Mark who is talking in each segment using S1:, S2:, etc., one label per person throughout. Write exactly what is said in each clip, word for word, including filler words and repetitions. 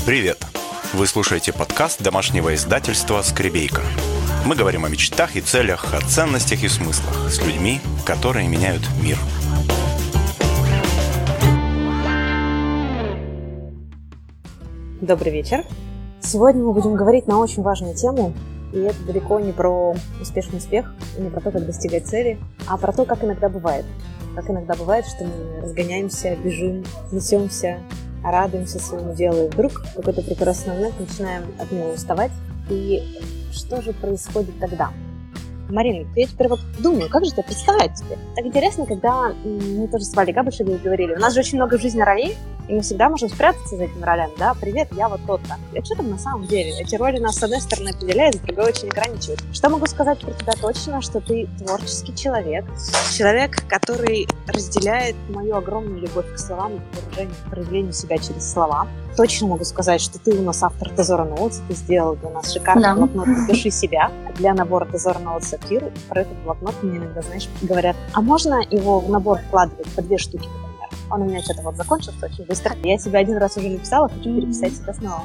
S1: Привет! Вы слушаете подкаст домашнего издательства «Скребейка». Мы говорим о мечтах и целях, о ценностях и смыслах с людьми, которые меняют мир.
S2: Добрый вечер. Сегодня мы будем говорить на очень важную тему, и это далеко не про успешный успех, не про то, как достигать цели, а про то, как иногда бывает. Как иногда бывает, что мы разгоняемся, бежим, несемся, радуемся своему делу, и вдруг в какой-то прекрасный момент начинаем от него уставать. И что же происходит тогда? Марина, я теперь вот думаю, как же это представить тебе? Так интересно, когда мы тоже с Валей Габышевой говорили, у нас же очень много в жизни ролей, и мы всегда можем спрятаться за этими ролями, да, привет, я вот тот-то. А что там на самом деле? Эти роли нас с одной стороны определяют, с другой очень ограничивают. Что могу сказать про тебя точно, что ты творческий человек, человек, который разделяет мою огромную любовь к словам и к выражению, к проявлению себя через слова. Точно могу сказать, что ты у нас автор Дозора Ноутс, ты сделал для нас шикарный да. блокнот «Напиши себя» для набора Дозора Ноутс Сапфир. Про этот блокнот мне иногда, знаешь, говорят, а можно его в набор вкладывать по две штуки, например? Он у меня что-то вот закончился очень быстро. Я себе один раз уже написала, хочу переписать себя снова.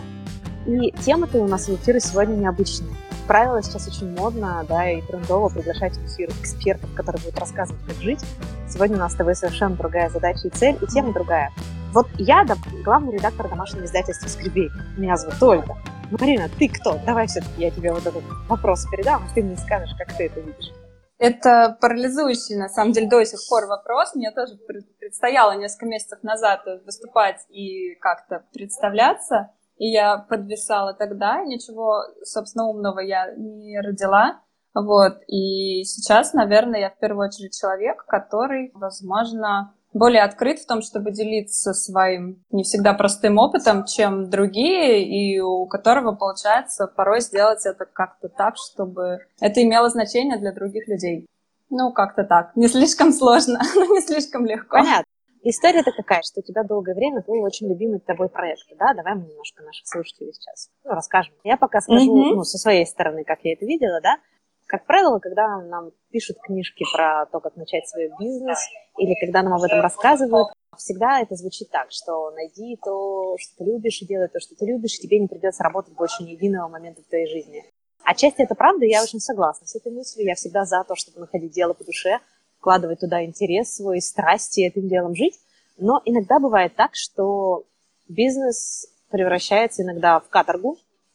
S2: И темы-то у нас в эфире сегодня необычные. Как правило, сейчас очень модно, да, и трендово приглашать в эфир экспертов, которые будут рассказывать, как жить. Сегодня у нас с тобой совершенно другая задача и цель, и тема другая. Вот я главный редактор домашнего издательства «Скребейка». Меня зовут Ольга. Марина, ты кто? Давай все-таки я тебе вот этот вопрос передам, и ты мне скажешь, как ты это видишь.
S3: Это парализующий, на самом деле, до сих пор вопрос. Мне тоже предстояло несколько месяцев назад выступать и как-то представляться. И я подвисала тогда, ничего, собственно, умного я не родила. Вот. И сейчас, наверное, я в первую очередь человек, который, возможно, более открыт в том, чтобы делиться своим не всегда простым опытом, чем другие, и у которого получается порой сделать это как-то так, чтобы это имело значение для других людей. Ну, как-то так. Не слишком сложно, но не слишком легко.
S2: Понятно. История-то какая, что у тебя долгое время был очень любимый тобой проект, да? Давай мы немножко наших слушателей сейчас ну, расскажем. Я пока скажу mm-hmm. ну, со своей стороны, как я это видела, да? Как правило, когда нам пишут книжки про то, как начать свой бизнес, или когда нам об этом рассказывают, всегда это звучит так, что найди то, что ты любишь, и делай то, что ты любишь, и тебе не придется работать больше ни единого момента в твоей жизни. Отчасти это правда, и я очень согласна с этой мыслью. Я всегда за то, чтобы находить дело по душе, вкладывать туда интерес свой, страсти, этим делом жить. Но иногда бывает так, что бизнес превращается иногда в каторгу,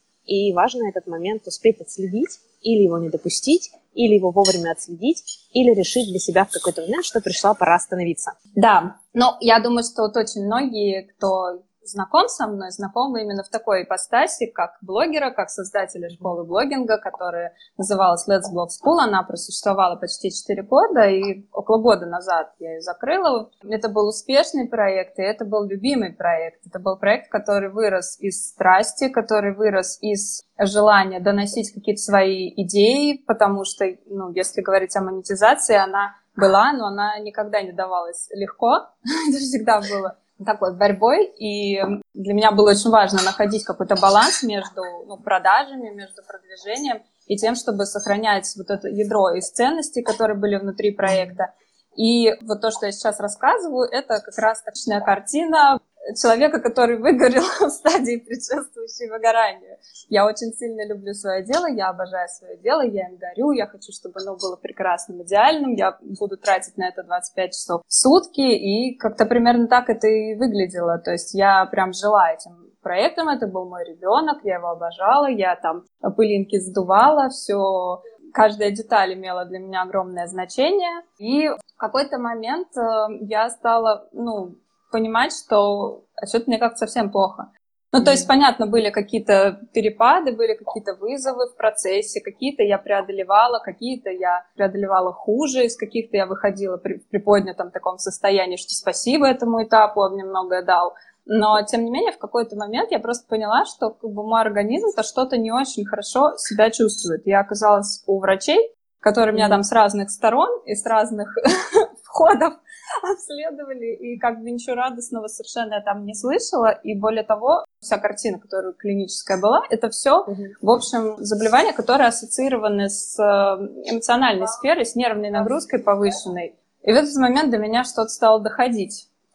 S2: и важно этот момент успеть отследить, или его не допустить, или его вовремя отследить, или решить для себя в какой-то момент, что пришла пора остановиться.
S3: Да, но я думаю, что вот очень многие, кто знаком со мной, знакомы именно в такой ипостаси, как блогера, как создателя школы блогинга, которая называлась Let's Blog School. Она просуществовала почти четыре года, и около года назад я ее закрыла. Это был успешный проект, и это был любимый проект. Это был проект, который вырос из страсти, который вырос из желания доносить какие-то свои идеи, потому что, ну, если говорить о монетизации, она была, но она никогда не давалась легко. Это всегда было такой борьбой, и для меня было очень важно находить какой-то баланс между ну, продажами, между продвижением и тем, чтобы сохранять вот это ядро из ценностей, которые были внутри проекта. И вот то, что я сейчас рассказываю, это как раз точная картина человека, который выгорел в стадии предшествующей выгоранию. Я очень сильно люблю свое дело, я обожаю свое дело, я им горю, я хочу, чтобы оно было прекрасным, идеальным, я буду тратить на это двадцать пять часов в сутки, и как-то примерно так это и выглядело. То есть я прям жила этим проектом, это был мой ребенок, я его обожала, я там пылинки сдувала, все... Каждая деталь имела для меня огромное значение. И в какой-то момент я стала, ну, понимать, что что-то мне как-то совсем плохо. Ну, то есть, понятно, были какие-то перепады, были какие-то вызовы в процессе, какие-то я преодолевала, какие-то я преодолевала хуже, из каких-то я выходила при, в приподнятом таком состоянии, что спасибо этому этапу, он мне многое дал. Но, тем не менее, в какой-то момент я просто поняла, что как бы, мой организм-то что-то не очень хорошо себя чувствует. Я оказалась у врачей, которые меня там с разных сторон и с разных входов обследовали, и как бы ничего радостного совершенно я там не слышала. И более того, вся картина, которая клиническая была, это все, в общем, заболевания, которые ассоциированы с эмоциональной сферой, с нервной нагрузкой повышенной. И в этот момент до меня что-то стало доходить.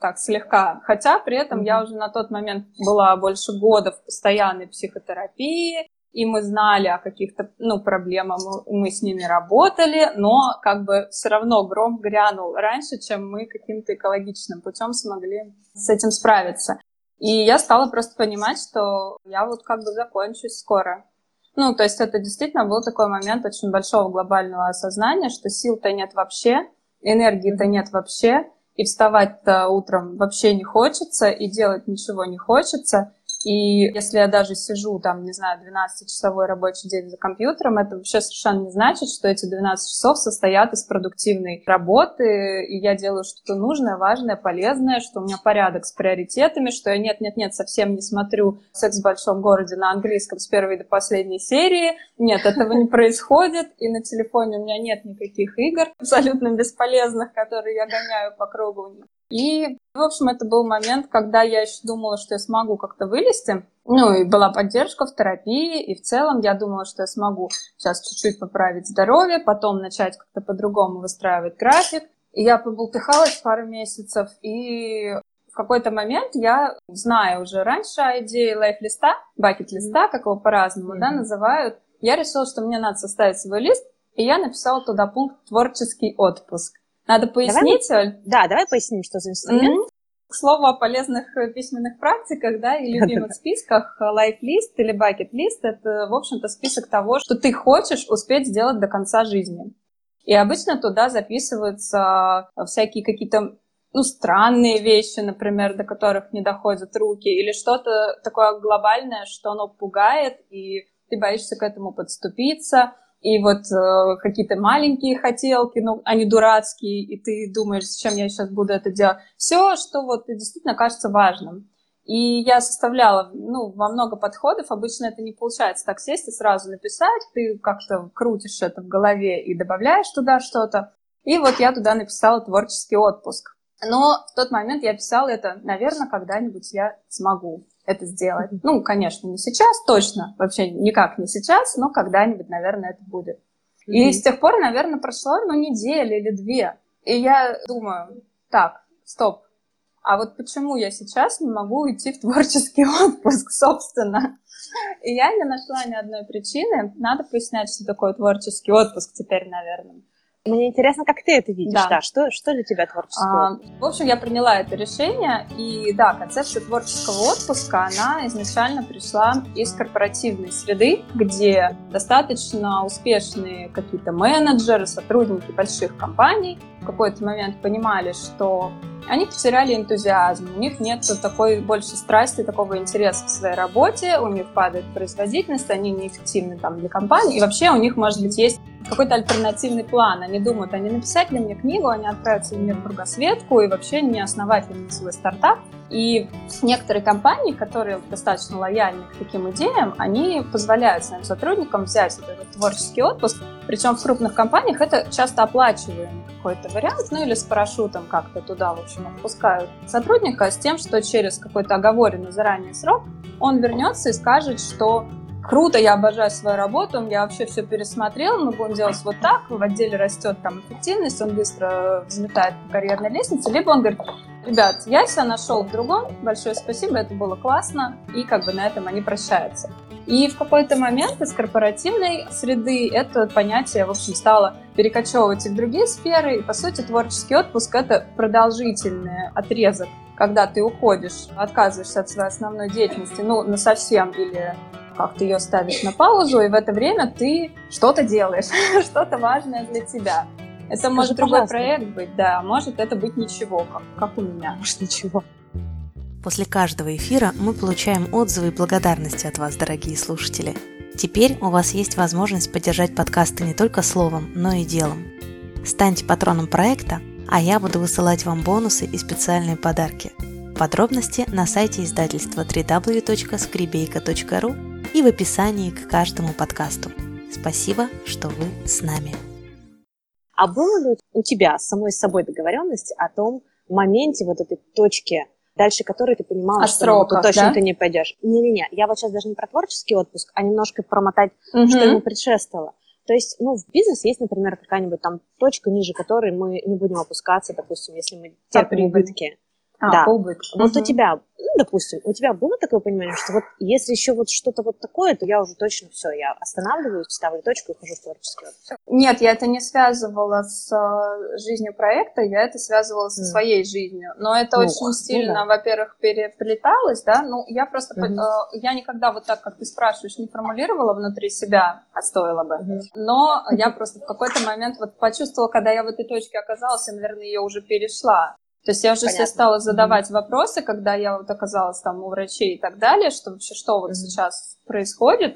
S3: так слегка. Хотя при этом mm-hmm. я уже на тот момент была больше года в постоянной психотерапии, и мы знали о каких-то, ну, проблемах, мы с ними работали, но как бы все равно гром грянул раньше, чем мы каким-то экологичным путем смогли с этим справиться. И я стала просто понимать, что я вот как бы закончусь скоро. Ну, то есть это действительно был такой момент очень большого глобального осознания, что сил-то нет вообще, энергии-то нет вообще, и вставать-то утром вообще не хочется, и делать ничего не хочется. И если я даже сижу, там, не знаю, двенадцатичасовой рабочий день за компьютером, это вообще совершенно не значит, что эти двенадцать часов состоят из продуктивной работы, и я делаю что-то нужное, важное, полезное, что у меня порядок с приоритетами, что я нет-нет-нет совсем не смотрю «Секс в большом городе» на английском с первой до последней серии. Нет, этого не происходит, и на телефоне у меня нет никаких игр абсолютно бесполезных, которые я гоняю по кругу. И, в общем, это был момент, когда я еще думала, что я смогу как-то вылезти. Ну, и была поддержка в терапии, и в целом я думала, что я смогу сейчас чуть-чуть поправить здоровье, потом начать как-то по-другому выстраивать график. И я побултыхалась пару месяцев, и в какой-то момент я, зная уже раньше о идее лайф-листа, бакет-листа, как его по-разному, mm-hmm. да, называют, я решила, что мне надо составить свой лист, и я написала туда пункт «Творческий отпуск». Надо пояснить,
S2: давай,
S3: Оль?
S2: Да, давай поясним, что за инструмент.
S3: Mm-hmm. К слову о полезных письменных практиках, да, и любимых списках, лайф-лист или бакет-лист — это, в общем-то, список того, что ты хочешь успеть сделать до конца жизни. И обычно туда записываются всякие какие-то, ну, странные вещи, например, до которых не доходят руки, или что-то такое глобальное, что оно пугает, и ты боишься к этому подступиться. И вот э, какие-то маленькие хотелки, ну, они дурацкие, и ты думаешь, зачем я сейчас буду это делать. Все, что вот действительно кажется важным. И я составляла, ну, во много подходов. Обычно это не получается так сесть и сразу написать. Ты как-то крутишь это в голове и добавляешь туда что-то. И вот я туда написала «Творческий отпуск». Но в тот момент я писала это, наверное, когда-нибудь я смогу это сделать. Ну, конечно, не сейчас, точно, вообще никак не сейчас, но когда-нибудь, наверное, это будет. Mm-hmm. И с тех пор, наверное, прошло, ну, неделя или две. И я думаю, так, стоп, а вот почему я сейчас не могу уйти в творческий отпуск, собственно? И я не нашла ни одной причины. Надо пояснять, что такое творческий отпуск теперь, наверное.
S2: Мне интересно, как ты это видишь, да, да. Что, что для тебя творческий
S3: а,
S2: отпуск?
S3: В общем, я приняла это решение, и да, концепция творческого отпуска, она изначально пришла из корпоративной среды, где достаточно успешные какие-то менеджеры, сотрудники больших компаний в какой-то момент понимали, что они потеряли энтузиазм, у них нет такой больше страсти, такого интереса к своей работе, у них падает производительность, они неэффективны там для компании, и вообще у них, может быть, есть какой-то альтернативный план. Они думают, а не написать ли мне книгу, они отправятся в мир кругосветку и вообще не основать ли мне свой стартап. И некоторые компании, которые достаточно лояльны к таким идеям, они позволяют своим сотрудникам взять этот творческий отпуск. Причем в крупных компаниях это часто оплачиваемый какой-то вариант, ну или с парашютом как-то туда, в общем, отпускают сотрудника с тем, что через какой-то оговоренный заранее срок он вернется и скажет, что круто, я обожаю свою работу, я вообще все пересмотрел, мы будем делать вот так, в отделе растет там эффективность, он быстро взлетает по карьерной лестнице, либо он говорит, ребят, я себя нашел в другом, большое спасибо, это было классно, и как бы на этом они прощаются. И в какой-то момент из корпоративной среды это понятие, в общем, стало перекочевывать и в другие сферы, и, по сути, творческий отпуск — это продолжительный отрезок, когда ты уходишь, отказываешься от своей основной деятельности, ну, насовсем, или как ты ее ставишь на паузу, и в это время ты что-то делаешь, что-то важное для тебя. Это Скажи, может другой пожалуйста. проект быть, да, может это быть ничего, как, как у меня.
S2: Может, ничего.
S4: После каждого эфира мы получаем отзывы и благодарности от вас, дорогие слушатели. Теперь у вас есть возможность поддержать подкасты не только словом, но и делом. Станьте патроном проекта, а я буду высылать вам бонусы и специальные подарки. Подробности на сайте издательства дабл ю дабл ю дабл ю точка скребейка точка ру и в описании к каждому подкасту. Спасибо, что вы с нами.
S2: А была ли у тебя с самой собой договоренность о том моменте, вот этой точки, дальше которой ты понимала,
S3: о
S2: что
S3: сроках,
S2: ну, точно
S3: да?
S2: ты не пойдешь? Не-не-не, я вот сейчас даже не про творческий отпуск, а немножко промотать, угу. что ему предшествовало. То есть, ну, в бизнесе есть, например, какая-нибудь там точка, ниже которой мы не будем опускаться, допустим, если мы терпим убытки.
S3: А,
S2: да.
S3: по убытку.
S2: Вот
S3: угу.
S2: у тебя, ну, допустим, у тебя было такое понимание, что вот если еще вот что-то вот такое, то я уже точно все, я останавливаюсь, ставлю точку и ухожу в творческий отпуск?
S3: Нет, я это не связывала с э, жизнью проекта, я это связывала со mm. своей жизнью. Но это ну, очень сильно, ну, да. во-первых, переплеталось, да, ну, я просто, mm-hmm. э, я никогда вот так, как ты спрашиваешь, не формулировала внутри себя, а стоило бы, mm-hmm. но mm-hmm. я просто в какой-то момент вот почувствовала, когда я в этой точке оказалась, я, наверное, ее уже перешла. То есть я уже Понятно. себе стала задавать mm-hmm. вопросы, когда я вот оказалась там у врачей и так далее, что вообще, что вот mm-hmm. сейчас происходит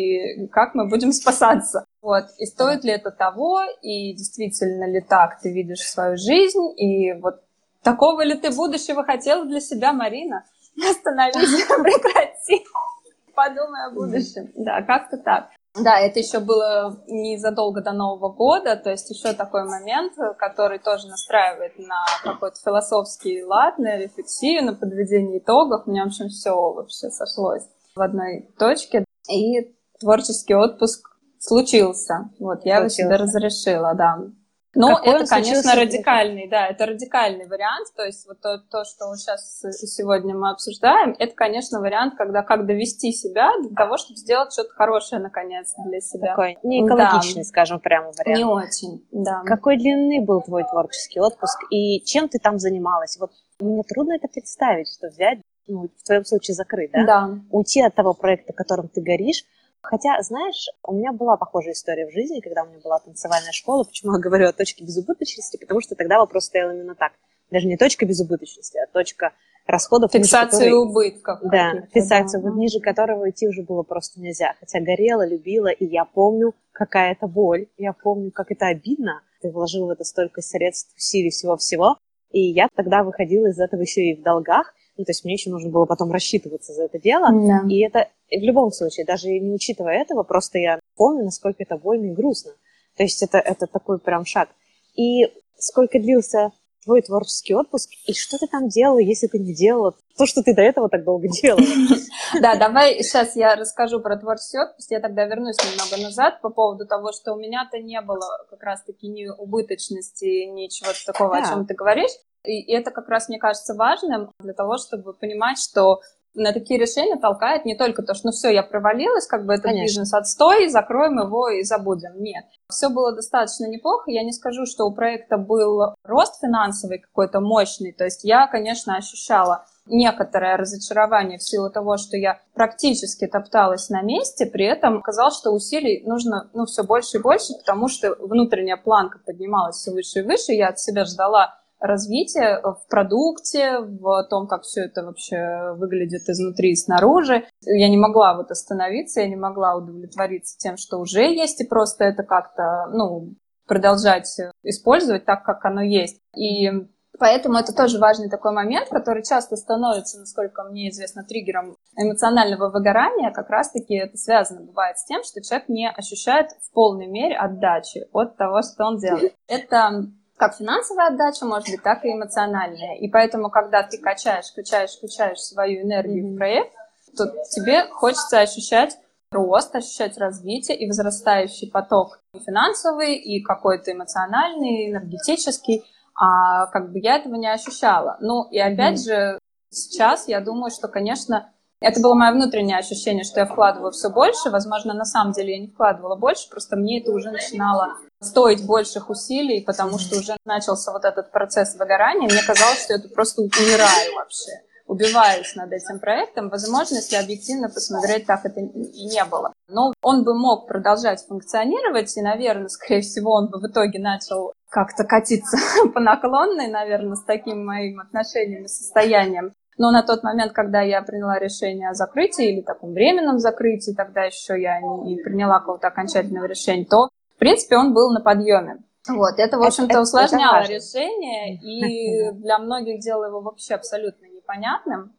S3: и как мы будем спасаться. Вот. И стоит mm-hmm. ли это того, и действительно ли так ты видишь свою жизнь, и вот такого ли ты будущего хотела для себя, Марина? Остановись, прекрати, подумай о будущем. Да, как-то так. Да, это еще было незадолго до Нового года, то есть еще такой момент, который тоже настраивает на какой-то философский лад, на рефлексию, на подведение итогов. У меня, в общем, все вообще сошлось в одной точке. И творческий отпуск случился. Вот, я случился. его себе разрешила, да. Но Какой это, конечно, радикальный, да, это радикальный вариант, то есть вот то, то, что сейчас сегодня мы обсуждаем, это, конечно, вариант, когда как довести себя для того, чтобы сделать что-то хорошее, наконец, для себя.
S2: Такой не экологичный, да. скажем, прямо вариант.
S3: Не очень, да.
S2: Какой длины был твой творческий отпуск и чем ты там занималась? Вот мне трудно это представить, что взять, ну, в твоем случае закрыть, да?
S3: Да.
S2: Уйти от того проекта, которым ты горишь. Хотя, знаешь, у меня была похожая история в жизни, когда у меня была танцевальная школа. Почему я говорю о точке безубыточности? Потому что тогда вопрос стоял именно так. Даже не точка безубыточности, а точка расходов.
S3: Фиксация которой... убытков.
S2: Да, фиксация, да. вот ниже которого идти уже было просто нельзя. Хотя горела, любила, и я помню, какая это боль. Я помню, как это обидно. Ты вложил в это столько средств, усилий, всего-всего. И я тогда выходила из этого еще и в долгах. Ну, то есть мне еще нужно было потом рассчитываться за это дело.
S3: Да.
S2: И это в любом случае, даже не учитывая этого, просто я помню, насколько это больно и грустно. То есть это, это такой прям шаг. И сколько длился твой творческий отпуск, и что ты там делала, если ты не делала то, что ты до этого так долго делала?
S3: Да, давай сейчас я расскажу про творческий отпуск, я тогда вернусь немного назад по поводу того, что у меня-то не было как раз-таки ни убыточности, ни чего-то такого, о чем ты говоришь. И это как раз, мне кажется, важным для того, чтобы понимать, что на такие решения толкает не только то, что ну все, я провалилась, как бы этот Конечно. бизнес отстой, закроем его и забудем. Нет. Все было достаточно неплохо. Я не скажу, что у проекта был рост финансовый какой-то мощный. То есть я, конечно, ощущала некоторое разочарование в силу того, что я практически топталась на месте, при этом оказалось, что усилий нужно ну, все больше и больше, потому что внутренняя планка поднималась все выше и выше. Я от себя ждала развитие в продукте, в том, как все это вообще выглядит изнутри и снаружи. Я не могла вот остановиться, я не могла удовлетвориться тем, что уже есть, и просто это как-то, ну, продолжать использовать так, как оно есть. И поэтому это тоже важный такой момент, который часто становится, насколько мне известно, триггером эмоционального выгорания. Как раз-таки это связано бывает с тем, что человек не ощущает в полной мере отдачи от того, что он делает. Это как финансовая отдача, может быть, так и эмоциональная. И поэтому, когда ты качаешь, качаешь, качаешь свою энергию mm-hmm. в проект, то тебе хочется ощущать рост, ощущать развитие и возрастающий поток и финансовый, и какой-то эмоциональный, энергетический. А как бы я этого не ощущала. Ну, и опять mm-hmm. же, сейчас я думаю, что, конечно, это было мое внутреннее ощущение, что я вкладываю все больше. Возможно, на самом деле я не вкладывала больше, просто мне это уже начинало стоить больших усилий, потому что уже начался вот этот процесс выгорания. Мне казалось, что я тут просто умираю вообще, убиваюсь над этим проектом. Возможно, если объективно посмотреть, так это и не было. Но он бы мог продолжать функционировать, и, наверное, скорее всего, он бы в итоге начал как-то катиться по наклонной, наверное, с таким моим отношением и состоянием. Но на тот момент, когда я приняла решение о закрытии или таком временном закрытии, тогда еще я не приняла какого-то окончательного решения, то в принципе, он был на подъеме. Вот, это, в общем-то, это, усложняло это решение, и для многих делало его вообще абсолютно непонятным.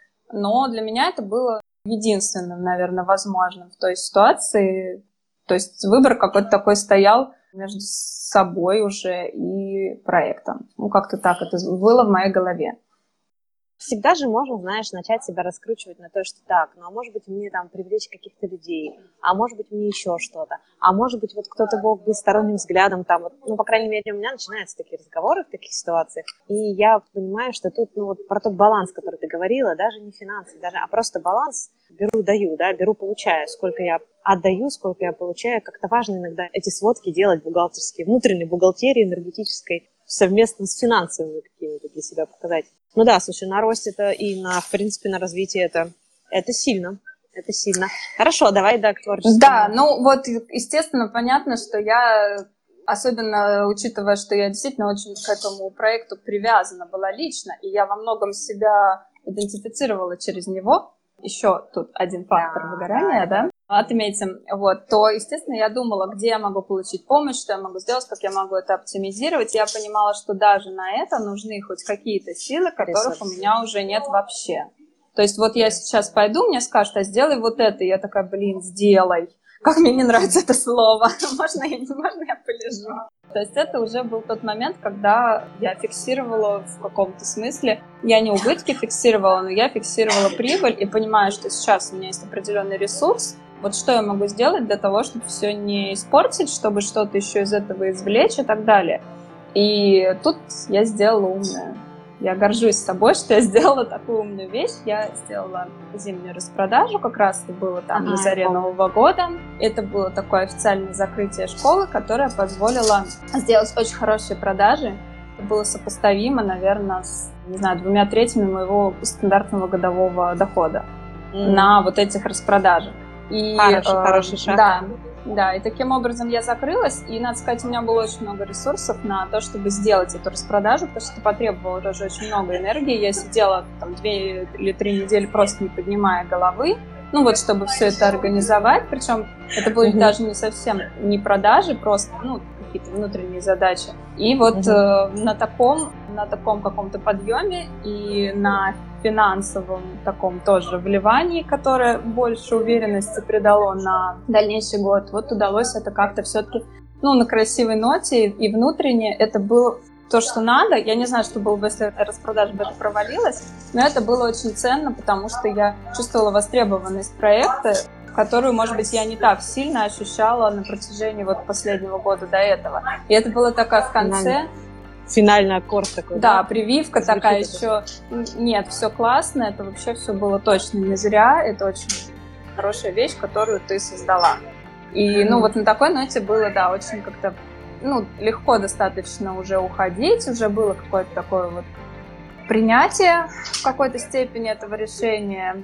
S3: Но для меня это было единственным, наверное, возможным в той ситуации. То есть выбор какой-то такой стоял между собой уже и проектом. Ну, как-то так это было в моей голове.
S2: всегда же можно, знаешь, начать себя раскручивать на то, что так, ну, а может быть, мне там привлечь каких-то людей, а может быть, мне еще что-то, а может быть, вот кто-то мог бы сторонним взглядом там, вот, ну, по крайней мере, у меня начинаются такие разговоры в таких ситуациях, и я понимаю, что тут, ну, вот про тот баланс, который ты говорила, даже не финансы, даже, а просто баланс беру-даю, да, беру-получаю, сколько я отдаю, сколько я получаю, как-то важно иногда эти сводки делать бухгалтерские, внутренней бухгалтерии, энергетической, совместно с финансовыми какими-то для себя показать. Ну да, слушай, на рост это и на, в принципе, на развитие это, это сильно. Это сильно. Хорошо, давай, да, к творчеству.
S3: Да, ну вот, естественно, понятно, что я, особенно учитывая, что я действительно очень к этому проекту привязана была лично, и я во многом себя идентифицировала через него. Еще тут один фактор да, выгорания, да, отметим, вот, то, естественно, я думала, где я могу получить помощь, что я могу сделать, как я могу это оптимизировать. Я понимала, что даже на это нужны хоть какие-то силы, которых у меня уже нет вообще. То есть вот я сейчас пойду, мне скажут, а сделай вот это, и я такая, блин, сделай. Как мне не нравится это слово. Можно я, можно я полежу? То есть это уже был тот момент, когда я фиксировала в каком-то смысле, я не убытки фиксировала, но я фиксировала прибыль и понимаю, что сейчас у меня есть определенный ресурс. Вот что я могу сделать для того, чтобы все не испортить, чтобы что-то еще из этого извлечь и так далее. И тут я сделала умное. Я горжусь собой, что я сделала такую умную вещь. Я сделала зимнюю распродажу, как раз это было там ага, на заре Нового года. Это было такое официальное закрытие школы, которое позволило сделать очень хорошие продажи. Это было сопоставимо, наверное, с, не знаю, двумя третьими моего стандартного годового дохода mm. на вот этих распродажах. И,
S2: хороший,
S3: э,
S2: хороший шаг.
S3: Да, да, и таким образом я закрылась, и, надо сказать, у меня было очень много ресурсов на то, чтобы сделать эту распродажу, потому что это потребовало тоже очень много энергии. Я сидела там две или три недели просто не поднимая головы, ну вот, чтобы все это организовать, причем это были mm-hmm. даже не совсем не продажи, просто, ну, какие-то внутренние задачи. И вот mm-hmm. э, на таком, на таком каком-то подъеме и на финансовом таком тоже вливании, которое больше уверенности придало на дальнейший год, вот удалось это как-то все-таки, ну, на красивой ноте, и внутренне это было то, что надо. Я не знаю, что было бы, если распродажа бы это провалилась, но это было очень ценно, потому что я чувствовала востребованность проекта, которую, может быть, я не так сильно ощущала на протяжении вот последнего года до этого. И это было такое в конце...
S2: Финальный аккорд такой.
S3: Да, да? Прививка звучит такая еще. Нет, все классно, это вообще все было точно не зря. Это очень хорошая вещь, которую ты создала. И, mm-hmm. ну, вот на такой ноте было, да, очень как-то, ну, легко достаточно уже уходить, уже было какое-то такое вот принятие в какой-то степени этого решения.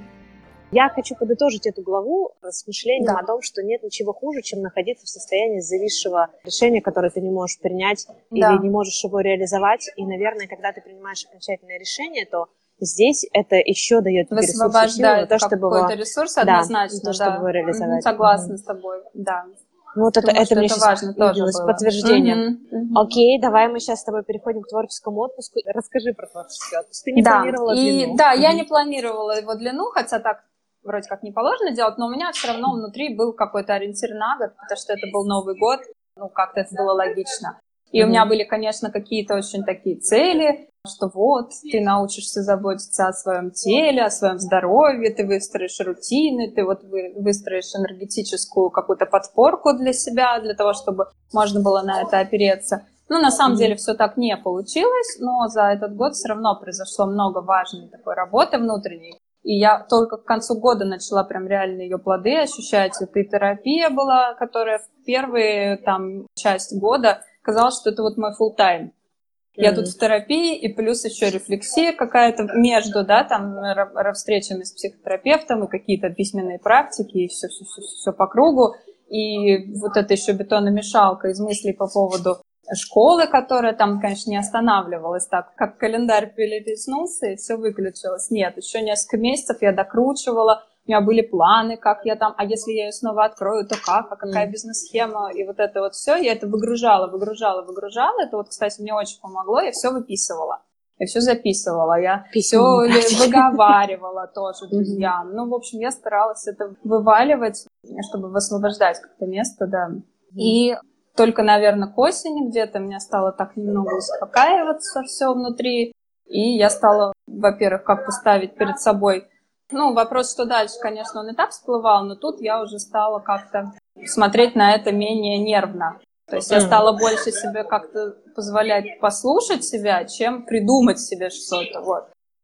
S2: Я хочу подытожить эту главу размышлением
S3: да.
S2: о том, что нет ничего хуже, чем находиться в состоянии зависшего решения, которое ты не можешь принять да. или не можешь его реализовать. И, наверное, когда ты принимаешь окончательное решение, то здесь это еще дает тебе ресурс, силы на то, чтобы
S3: какой-то его... ресурс однозначно,
S2: да,
S3: да,
S2: чтобы его реализовать.
S3: Согласна
S2: mm-hmm.
S3: с тобой, да.
S2: Вот это, это мне
S3: это важно тоже было.
S2: Подтверждение.
S3: Mm-hmm. Mm-hmm.
S2: Окей, давай мы сейчас с тобой переходим к творческому отпуску. Расскажи про творческий отпуск. Ты не
S3: да.
S2: планировала
S3: и,
S2: длину.
S3: Да,
S2: mm-hmm.
S3: я не планировала его длину, хотя так вроде как не положено делать, но у меня все равно внутри был какой-то ориентир на год, потому что это был Новый год, ну, как-то это было логично. И mm-hmm. у меня были, конечно, какие-то очень такие цели, что вот, ты научишься заботиться о своем теле, о своем здоровье, ты выстроишь рутины, ты вот выстроишь энергетическую какую-то подпорку для себя, для того, чтобы можно было на это опереться. Ну, на самом mm-hmm. деле, все так не получилось, но за этот год все равно произошло много важной такой работы внутренней. И я только к концу года начала прям реально ее плоды ощущать. Это и терапия была, которая в первые там часть года казалось, что это вот мой фулл-тайм. Mm-hmm. Я тут в терапии, и плюс еще рефлексия какая-то между, да, там, встречами с психотерапевтом, и какие-то письменные практики, и все-все-все по кругу. И вот это еще бетономешалка из мыслей по поводу школы, которая там, конечно, не останавливалась так, как календарь перелистнулся, и все выключилось. Нет, еще несколько месяцев я докручивала, у меня были планы, как я там, а если я ее снова открою, то как, а какая mm. бизнес-схема, и вот это вот все, я это выгружала, выгружала, выгружала, это вот, кстати, мне очень помогло, я все выписывала, я все записывала, я все выговаривала тоже друзьям, ну, в общем, я старалась это вываливать, чтобы высвобождать как-то место, да, и только, наверное, к осени где-то меня стало так немного успокаиваться все внутри. И я стала, во-первых, как-то ставить перед собой... Ну, вопрос, что дальше, конечно, он и так всплывал, но тут я уже стала как-то смотреть на это менее нервно. То есть я стала больше себе как-то позволять послушать себя, чем придумать себе что-то, вот.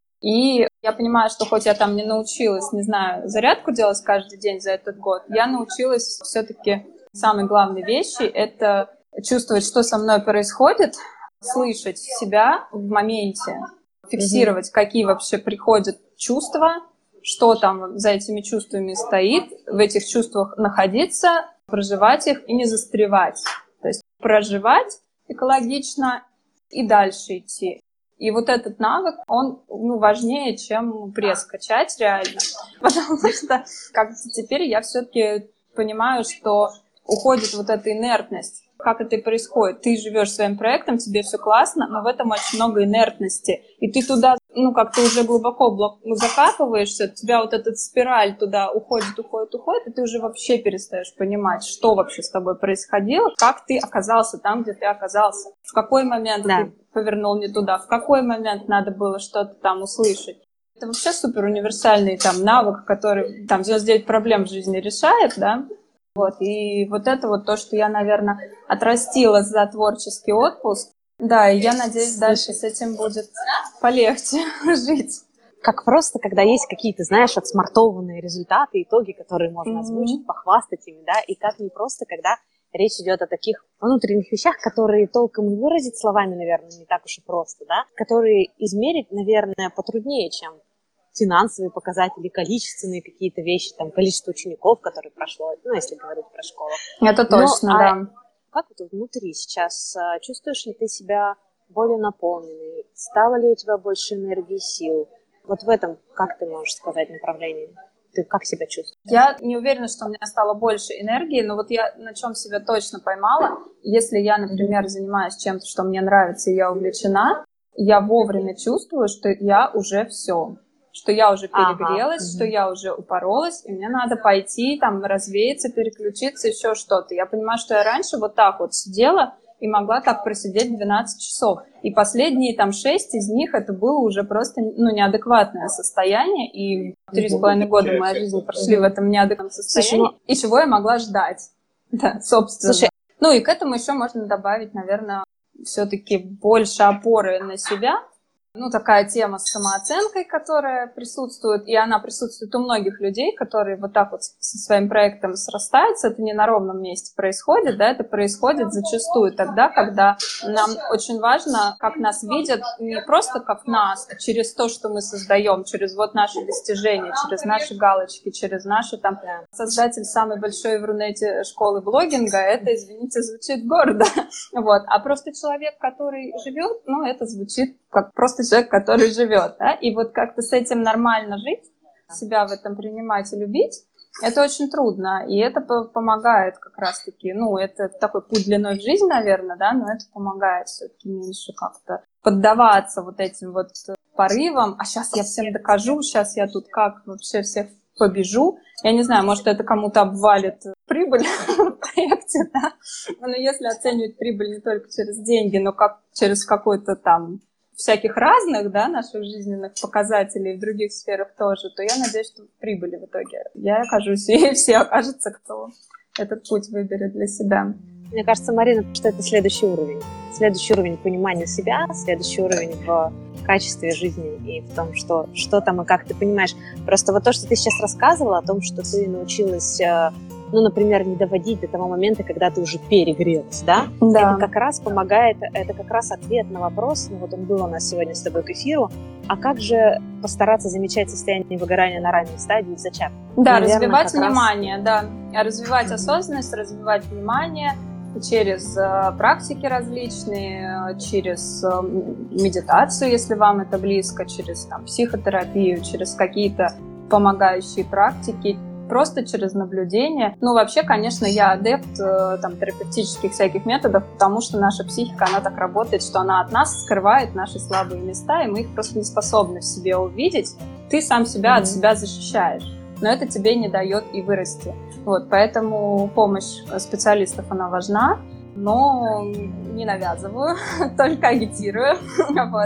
S3: И я понимаю, что хоть я там не научилась, не знаю, зарядку делать каждый день за этот год, я научилась все-таки самой главной вещи — это чувствовать, что со мной происходит, слышать себя в моменте, фиксировать, какие вообще приходят чувства, что там за этими чувствами стоит, в этих чувствах находиться, проживать их и не застревать. То есть проживать экологично и дальше идти. И вот этот навык, он ну, важнее, чем пресс качать реально. Потому что как-то теперь я все-таки понимаю, что уходит вот эта инертность. Как это и происходит? Ты живешь своим проектом, тебе все классно, но в этом очень много инертности. И ты туда, ну, как-то уже глубоко закапываешься, у тебя вот этот спираль туда уходит, уходит, уходит, и ты уже вообще перестаешь понимать, что вообще с тобой происходило, как ты оказался там, где ты оказался. В какой момент да. ты повернул не туда, в какой момент надо было что-то там услышать. Это вообще супер универсальный там навык, который там девяносто девять проблем в жизни решает, да. Вот, и вот это вот то, что я, наверное, отрастила за творческий отпуск. Да, и я надеюсь, дальше с этим будет полегче жить.
S2: Как просто, когда есть какие-то, знаешь, отсмартованные результаты, итоги, которые можно озвучить, mm-hmm. похвастать ими, да, и как не просто, когда речь идет о таких внутренних вещах, которые толком и выразить словами, наверное, не так уж и просто, да, которые измерить, наверное, потруднее, чем финансовые показатели, количественные какие-то вещи, там, количество учеников, которые прошло, ну, если говорить про школу.
S3: Это точно, Но,
S2: да.
S3: А
S2: как вот внутри сейчас? Чувствуешь ли ты себя более наполненной? Стало ли у тебя больше энергии и сил? Вот в этом, как ты можешь сказать, направлении? Ты как себя чувствуешь?
S3: Я не уверена, что у меня стало больше энергии, но вот я на чем себя точно поймала. Если я, например, занимаюсь чем-то, что мне нравится, и я увлечена, я вовремя чувствую, что я уже все. Что я уже перегрелась, ага. что я уже упоролась, и мне надо пойти, там, развеяться, переключиться, еще что-то. Я понимаю, что я раньше вот так вот сидела и могла так просидеть двенадцать часов. И последние там шесть из них это было уже просто, ну, неадекватное состояние, и три с половиной года моей жизни прошли в этом неадекватном состоянии. Слушай, и чего я могла ждать? Да, собственно. Слушай, ну и к этому еще можно добавить, наверное, все-таки больше опоры на себя. Ну, такая тема с самооценкой, которая присутствует, и она присутствует у многих людей, которые вот так вот со своим проектом срастаются. Это не на ровном месте происходит, да, это происходит зачастую тогда, когда нам очень важно, как нас видят, не просто как нас, а через то, что мы создаем, через вот наши достижения, через наши галочки, через наши там... Создатель самой большой в Рунете школы блогинга, это, извините, звучит гордо, вот, а просто человек, который живет, ну, это звучит как просто человек, который живет, да, и вот как-то с этим нормально жить, себя в этом принимать и любить, это очень трудно, и это помогает как раз-таки, ну, это такой путь длиной в жизнь, наверное, да, но это помогает все-таки меньше как-то поддаваться вот этим вот порывам, а сейчас я всем докажу, сейчас я тут как вообще всех побежу, я не знаю, может, это кому-то обвалит прибыль в проекте, да, но если оценивать прибыль не только через деньги, но как через какой-то там всяких разных, да, наших жизненных показателей в других сферах тоже, то я надеюсь, что в прибыли в итоге я окажусь, и все окажутся, кто этот путь выберет для себя.
S2: Мне кажется, Марина, что это следующий уровень. Следующий уровень понимания себя, следующий уровень в качестве жизни и в том, что, что там и как ты понимаешь. Просто вот то, что ты сейчас рассказывала, о том, что ты научилась, ну, например, не доводить до того момента, когда ты уже перегрелась, да?
S3: Да.
S2: Это как раз помогает, это как раз ответ на вопрос, ну, вот он был у нас сегодня с тобой к эфиру, а как же постараться замечать состояние выгорания на ранней стадии в зачатке?
S3: Да, Наверное, развивать внимание, раз... да, развивать mm-hmm. осознанность, развивать внимание через э, практики различные, через э, медитацию, если вам это близко, через там, психотерапию, через какие-то помогающие практики, просто через наблюдение. Ну, вообще, конечно, я адепт э, там, терапевтических всяких методов, потому что наша психика, она так работает, что она от нас скрывает наши слабые места, и мы их просто не способны в себе увидеть. Ты сам себя mm-hmm. от себя защищаешь, но это тебе не дает и вырасти. Вот, поэтому помощь специалистов, она важна, но не навязываю, только агитирую. Вот.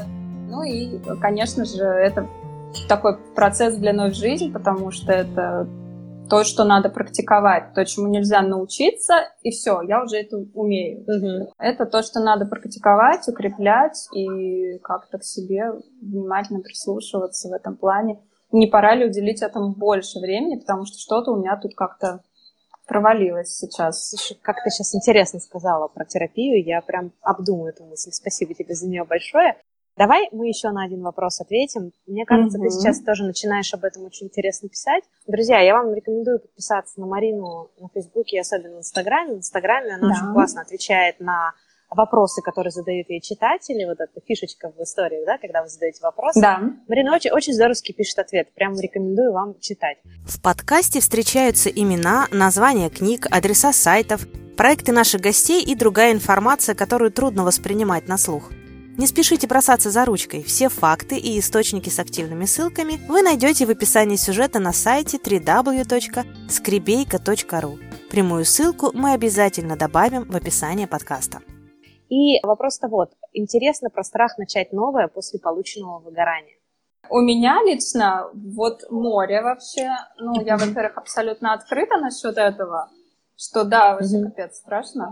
S3: Ну и, конечно же, это такой процесс длиной в жизнь, потому что это то, что надо практиковать, то, чему нельзя научиться, и все, я уже это умею. Угу. Это то, что надо практиковать, укреплять и как-то к себе внимательно прислушиваться в этом плане. Не пора ли уделить этому больше времени, потому что что-то у меня тут как-то провалилось сейчас.
S2: Слушай, как ты сейчас интересно сказала про терапию, я прям обдумаю эту мысль. Спасибо тебе за нее большое. Давай мы еще на один вопрос ответим. Мне кажется, mm-hmm. ты сейчас тоже начинаешь об этом очень интересно писать. Друзья, я вам рекомендую подписаться на Марину на Фейсбуке и особенно в Инстаграме. В Инстаграме она да. очень классно отвечает на вопросы, которые задают ей читатели. Вот эта фишечка в истории, да, когда вы задаете вопросы.
S3: Да.
S2: Марина очень, очень здоровски пишет ответ. Прям рекомендую вам читать.
S4: В подкасте встречаются имена, названия книг, адреса сайтов, проекты наших гостей и другая информация, которую трудно воспринимать на слух. Не спешите бросаться за ручкой. Все факты и источники с активными ссылками вы найдете в описании сюжета на сайте дабл ю дабл ю дабл ю точка скребейка точка ру. Прямую ссылку мы обязательно добавим в описание подкаста.
S2: И вопрос-то вот. Интересно про страх начать новое после полученного выгорания.
S3: У меня лично вот море вообще. Ну, я, во-первых, абсолютно открыта насчет этого, что да, вообще капец страшно.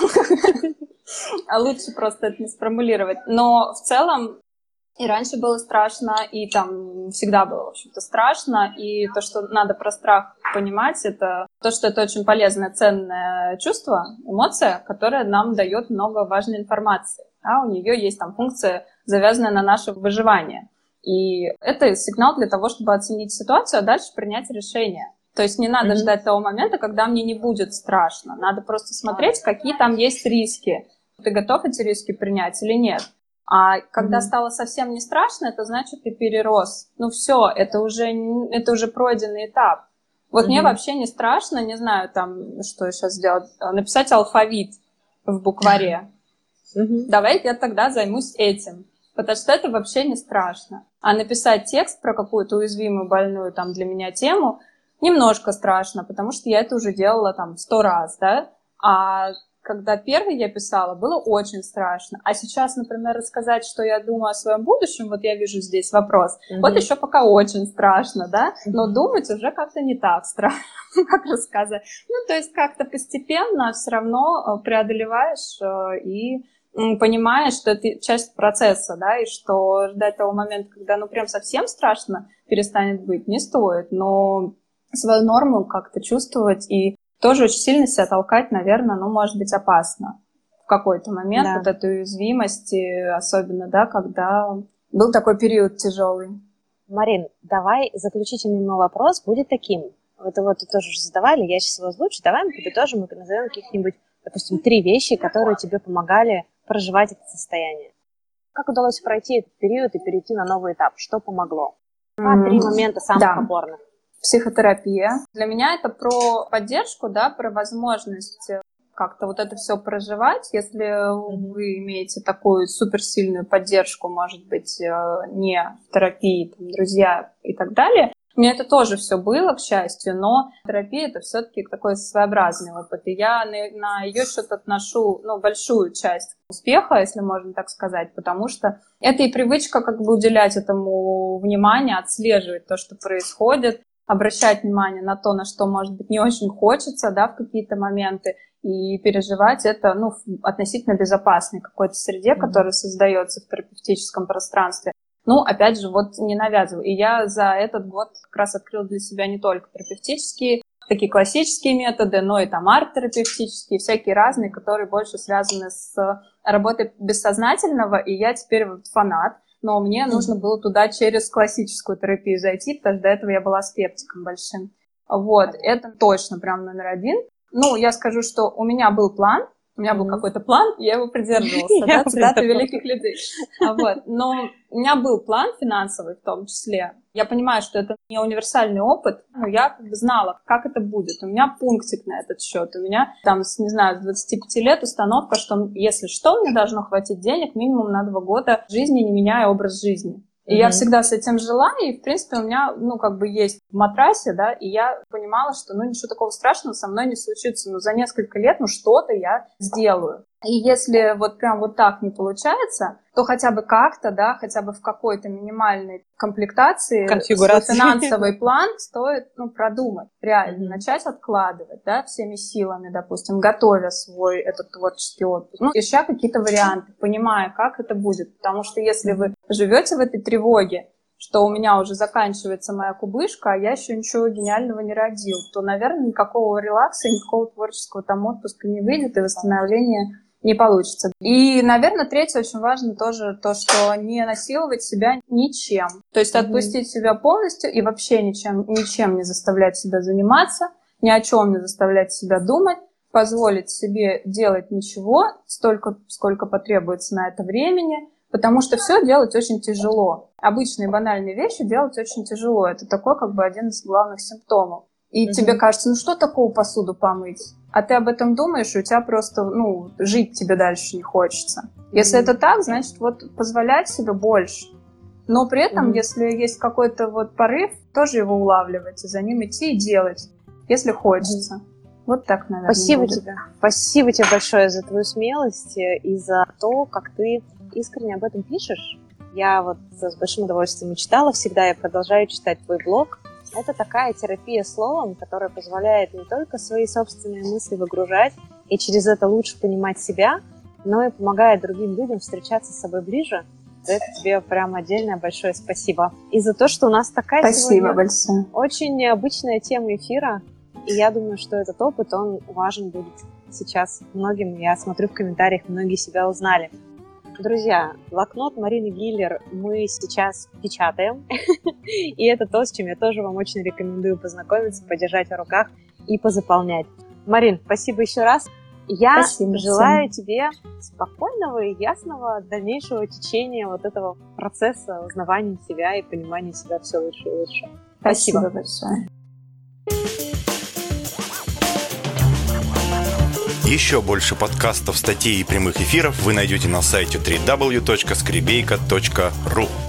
S3: А лучше просто это не сформулировать. Но в целом и раньше было страшно, и там всегда было, в общем-то, страшно. И то, что надо про страх понимать, это то, что это очень полезное, ценное чувство, эмоция, которая нам дает много важной информации. А у нее есть там функция, завязанная на наше выживание. И это сигнал для того, чтобы оценить ситуацию, а дальше принять решение. То есть не надо mm-hmm. ждать того момента, когда мне не будет страшно. Надо просто смотреть, какие там есть риски. Ты готов эти риски принять или нет? А когда mm-hmm. стало совсем не страшно, это значит, ты перерос. Ну все, это уже, это уже пройденный этап. Вот mm-hmm. мне вообще не страшно, не знаю, там, что я сейчас сделать, написать алфавит в букваре. Mm-hmm. Давай я тогда займусь этим. Потому что это вообще не страшно. А написать текст про какую-то уязвимую, больную там для меня тему немножко страшно, потому что я это уже делала там сто раз, да, а когда первый я писала, было очень страшно, а сейчас, например, рассказать, что я думаю о своем будущем, вот я вижу здесь вопрос, mm-hmm. вот еще пока очень страшно, да, но mm-hmm. думать уже как-то не так страшно, как рассказать, ну, то есть как-то постепенно все равно преодолеваешь и понимаешь, что это часть процесса, да, и что ждать того момента, когда, ну, прям совсем страшно перестанет быть, не стоит, но свою норму как-то чувствовать и тоже очень сильно себя толкать, наверное, ну, может быть, опасно в какой-то момент, да. Вот этой уязвимости, особенно, да, когда был такой период тяжелый.
S2: Марин, давай заключительный мой вопрос будет таким. Вот его тут тоже уже задавали, я сейчас его озвучу. Давай мы подытожим и назовем каких-нибудь, допустим, три вещи, которые тебе помогали проживать это состояние. Как удалось пройти этот период и перейти на новый этап? Что помогло? Два-три mm-hmm. момента самых да. опорных.
S3: Психотерапия. Для меня это про поддержку, да, про возможность как-то вот это все проживать. Если mm-hmm. вы имеете такую суперсильную поддержку, может быть, не в терапии, там, друзья и так далее. У меня это тоже все было, к счастью, но терапия — это все-таки такой своеобразный опыт. И я на, на ее счет отношу, ну, большую часть успеха, если можно так сказать, потому что это и привычка как бы уделять этому внимание, отслеживать то, что происходит, обращать внимание на то, на что, может быть, не очень хочется, да, в какие-то моменты, и переживать это, ну, в относительно безопасной какой-то среде, mm-hmm. которая создается в терапевтическом пространстве. Ну, опять же, вот не навязываю. И я за этот год как раз открыла для себя не только терапевтические, такие классические методы, но и там арт-терапевтические, всякие разные, которые больше связаны с работой бессознательного, и я теперь вот фанат. Но мне mm-hmm. нужно было туда через классическую терапию зайти, потому что до этого я была скептиком большим. Вот, это точно прям номер один. Ну, я скажу, что у меня был план, у меня был mm-hmm. какой-то план, я его придерживался, да, цитаты великих людей. Вот. Но у меня был план финансовый в том числе. Я понимаю, что это не универсальный опыт, но я как бы знала, как это будет. У меня пунктик на этот счет. У меня там, с, не знаю, с двадцати пяти лет установка, что если что, мне должно хватить денег минимум на два года жизни, не меняя образ жизни. И mm-hmm. я всегда с этим жила, и, в принципе, у меня, ну, как бы есть в матрасе, да, и я понимала, что, ну, ничего такого страшного со мной не случится, но за несколько лет, ну, что-то я сделаю. И если вот прям вот так не получается, то хотя бы как-то, да, хотя бы в какой-то минимальной комплектации свой финансовый план стоит, ну, продумать, реально, mm-hmm. начать откладывать, да, всеми силами, допустим, готовя свой этот творческий отпуск, ну, ища какие-то варианты, понимая, как это будет, потому что если вы живете в этой тревоге, что у меня уже заканчивается моя кубышка, а я еще ничего гениального не родил, то, наверное, никакого релакса, никакого творческого там отпуска не выйдет, и восстановление не получится. И, наверное, третье очень важно тоже то, что не насиловать себя ничем. То есть отпустить mm-hmm. себя полностью и вообще ничем, ничем не заставлять себя заниматься, ни о чем не заставлять себя думать, позволить себе делать ничего столько, сколько потребуется на это времени, потому что все делать очень тяжело. Обычные банальные вещи делать очень тяжело. Это такой как бы один из главных симптомов. И mm-hmm. тебе кажется, ну что такого посуду помыть? А ты об этом думаешь, и у тебя просто, ну, жить тебе дальше не хочется. Если mm-hmm. это так, значит, вот позволять себе больше. Но при этом, mm-hmm. если есть какой-то вот порыв, тоже его улавливать, и за ним идти и делать, если хочется. Mm-hmm. Вот так, наверное,
S2: Спасибо
S3: будет.
S2: тебе. Спасибо тебе большое за твою смелость и за то, как ты искренне об этом пишешь. Я вот с большим удовольствием читала всегда, я продолжаю читать твой блог. Это такая терапия словом, которая позволяет не только свои собственные мысли выгружать и через это лучше понимать себя, но и помогает другим людям встречаться с собой ближе. За это тебе прям отдельное большое спасибо. И за то, что у нас такая
S3: спасибо
S2: сегодня
S3: большое.
S2: Очень необычная тема эфира. И я думаю, что этот опыт, он важен будет сейчас многим. Я смотрю в комментариях, многие себя узнали. Друзья, блокнот Марины Гиллер мы сейчас печатаем, и это то, с чем я тоже вам очень рекомендую познакомиться, подержать в руках и позаполнять. Марин, спасибо еще раз. Я спасибо, желаю всем. тебе спокойного и ясного дальнейшего течения вот этого процесса узнавания себя и понимания себя все лучше и лучше.
S3: Спасибо, спасибо большое.
S1: Еще больше подкастов, статей и прямых эфиров вы найдете на сайте дабл ю дабл ю дабл ю точка скребейка точка ру.